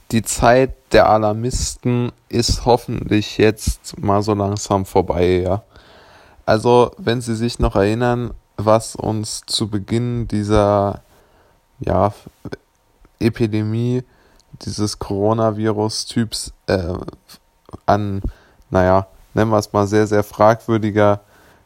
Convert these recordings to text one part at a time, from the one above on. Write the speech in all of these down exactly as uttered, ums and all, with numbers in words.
die Zeit der Alarmisten ist hoffentlich jetzt mal so langsam vorbei, ja. Also, wenn Sie sich noch erinnern, was uns zu Beginn dieser, ja, Epidemie, dieses Coronavirus-Typs äh, an, naja, nennen wir es mal sehr, sehr fragwürdiger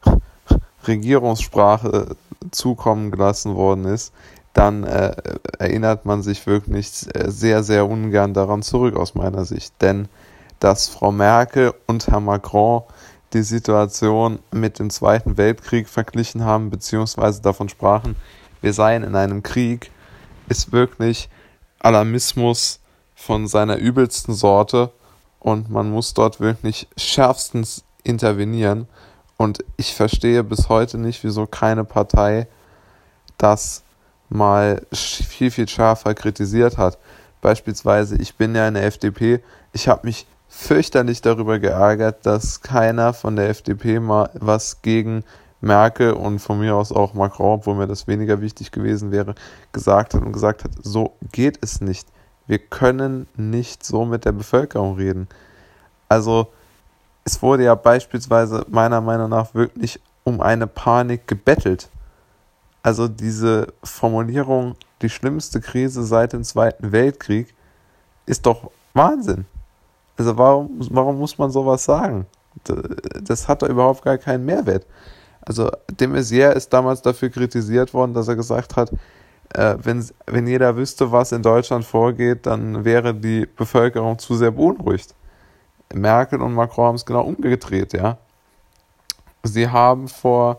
Regierungssprache zukommen gelassen worden ist, dann äh, erinnert man sich wirklich sehr, sehr ungern daran zurück aus meiner Sicht. Denn dass Frau Merkel und Herr Macron die Situation mit dem Zweiten Weltkrieg verglichen haben, beziehungsweise davon sprachen, wir seien in einem Krieg, ist wirklich Alarmismus von seiner übelsten Sorte und man muss dort wirklich schärfstens intervenieren. Und ich verstehe bis heute nicht, wieso keine Partei das mal viel, viel schärfer kritisiert hat. Beispielsweise, ich bin ja in der F D P, ich habe mich fürchterlich darüber geärgert, dass keiner von der F D P mal was gegen Merkel und von mir aus auch Macron, obwohl mir das weniger wichtig gewesen wäre, gesagt hat und gesagt hat, so geht es nicht. Wir können nicht so mit der Bevölkerung reden. Also, es wurde ja beispielsweise meiner Meinung nach wirklich um eine Panik gebettelt. Also diese Formulierung, die schlimmste Krise seit dem Zweiten Weltkrieg, ist doch Wahnsinn. Also warum, warum muss man sowas sagen? Das hat doch überhaupt gar keinen Mehrwert. Also de Maizière ist damals dafür kritisiert worden, dass er gesagt hat, äh, wenn, wenn jeder wüsste, was in Deutschland vorgeht, dann wäre die Bevölkerung zu sehr beunruhigt. Merkel und Macron haben es genau umgedreht, ja. Sie haben vor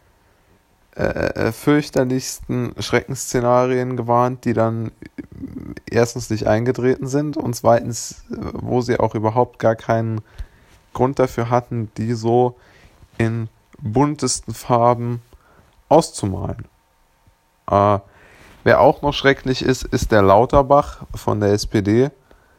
äh, fürchterlichsten Schreckensszenarien gewarnt, die dann erstens nicht eingetreten sind und zweitens, wo sie auch überhaupt gar keinen Grund dafür hatten, die so in buntesten Farben auszumalen. Äh, wer auch noch schrecklich ist, ist der Lauterbach von der S P D.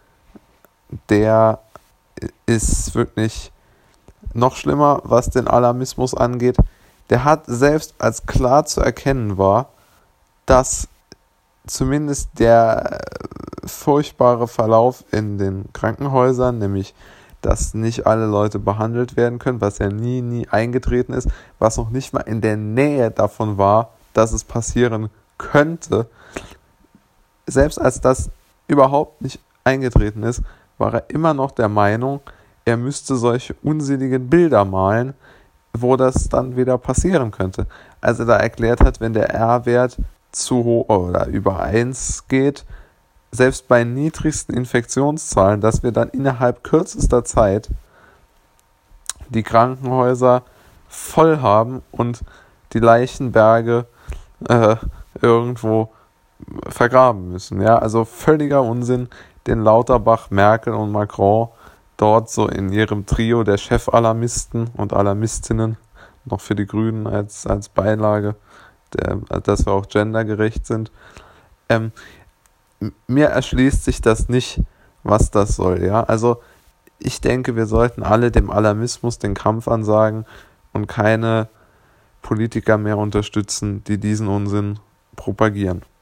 Der ist wirklich noch schlimmer, was den Alarmismus angeht. Der hat selbst, als klar zu erkennen war, dass zumindest der furchtbare Verlauf in den Krankenhäusern, nämlich dass nicht alle Leute behandelt werden können, was ja nie, nie eingetreten ist, was noch nicht mal in der Nähe davon war, dass es passieren könnte. Selbst als das überhaupt nicht eingetreten ist, war er immer noch der Meinung, er müsste solche unseligen Bilder malen, wo das dann wieder passieren könnte. Als er da erklärt hat, wenn der R-Wert zu hoch oder über eins geht, selbst bei niedrigsten Infektionszahlen, dass wir dann innerhalb kürzester Zeit die Krankenhäuser voll haben und die Leichenberge äh, irgendwo vergraben müssen. Ja, also völliger Unsinn, den Lauterbach, Merkel und Macron dort so in ihrem Trio der Chefalarmisten und Alarmistinnen, noch für die Grünen als, als Beilage, der, dass wir auch gendergerecht sind. Ähm, mir erschließt sich das nicht, was das soll. Ja, also ich denke, wir sollten alle dem Alarmismus den Kampf ansagen und keine Politiker mehr unterstützen, die diesen Unsinn propagieren.